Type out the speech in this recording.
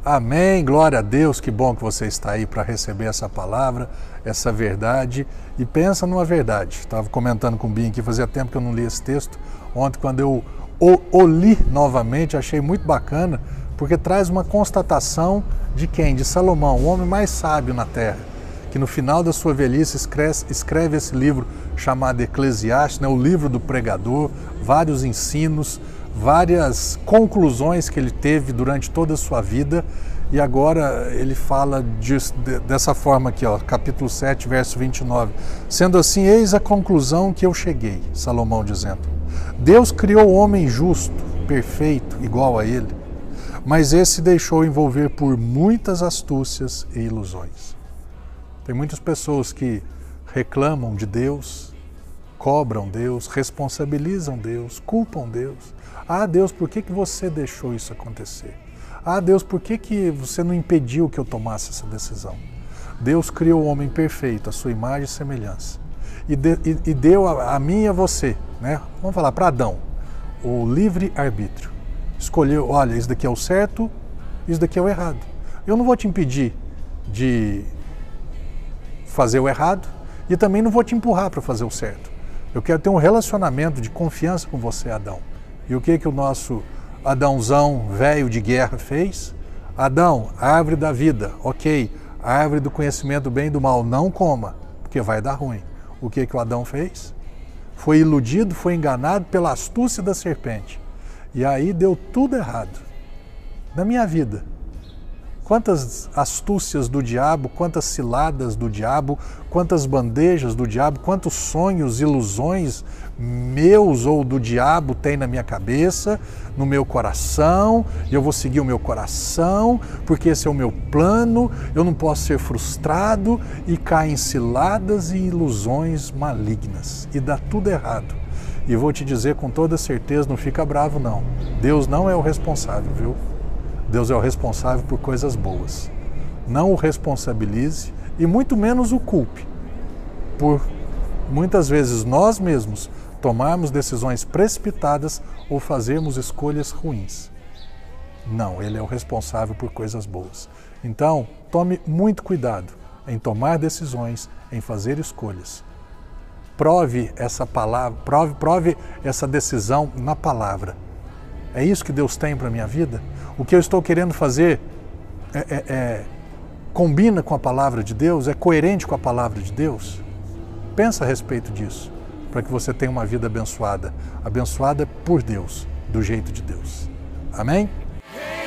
Amém, glória a Deus, que bom que você está aí para receber essa palavra, essa verdade, e pensa numa verdade. Estava comentando com o Binho aqui, fazia tempo que eu não li esse texto, ontem quando eu o li novamente, achei muito bacana, porque traz uma constatação de quem? De Salomão, o homem mais sábio na terra, que no final da sua velhice escreve esse livro chamado Eclesiastes, né, o livro do pregador, vários ensinos, várias conclusões que ele teve durante toda a sua vida, e agora ele fala dessa forma aqui, ó, capítulo 7, verso 29. Sendo assim, eis a conclusão que eu cheguei, Salomão dizendo. Deus criou o homem justo, perfeito, igual a ele, mas esse se deixou envolver por muitas astúcias e ilusões. Tem muitas pessoas que reclamam de Deus, cobram Deus, responsabilizam Deus, culpam Deus. Ah, Deus, por que você deixou isso acontecer? Ah, Deus, por que você não impediu que eu tomasse essa decisão? Deus criou o homem perfeito, a sua imagem e semelhança. E deu a mim e a você, né? Vamos falar para Adão, o livre-arbítrio. Escolheu, olha, isso daqui é o certo, isso daqui é o errado. Eu não vou te impedir de fazer o errado e também não vou te empurrar para fazer o certo. Eu quero ter um relacionamento de confiança com você, Adão. E o que o nosso Adãozão velho de guerra fez? Adão, árvore da vida, ok. Árvore do conhecimento do bem e do mal, não coma, porque vai dar ruim. O que o Adão fez? Foi iludido, foi enganado pela astúcia da serpente. E aí deu tudo errado. Na minha vida. Quantas astúcias do diabo, quantas ciladas do diabo, quantas bandejas do diabo, quantos sonhos, ilusões meus ou do diabo tem na minha cabeça, no meu coração, e eu vou seguir o meu coração, porque esse é o meu plano, eu não posso ser frustrado, e cai em ciladas e ilusões malignas, e dá tudo errado. E vou te dizer com toda certeza, não fica bravo não, Deus não é o responsável, viu? Deus é o responsável por coisas boas. Não o responsabilize e muito menos o culpe por muitas vezes nós mesmos tomarmos decisões precipitadas ou fazermos escolhas ruins. Não, Ele é o responsável por coisas boas. Então, tome muito cuidado em tomar decisões, em fazer escolhas. Prove essa palavra, prove essa decisão na palavra. É isso que Deus tem para a minha vida? O que eu estou querendo fazer combina com a palavra de Deus? É coerente com a palavra de Deus? Pensa a respeito disso, para que você tenha uma vida abençoada. Abençoada por Deus, do jeito de Deus. Amém?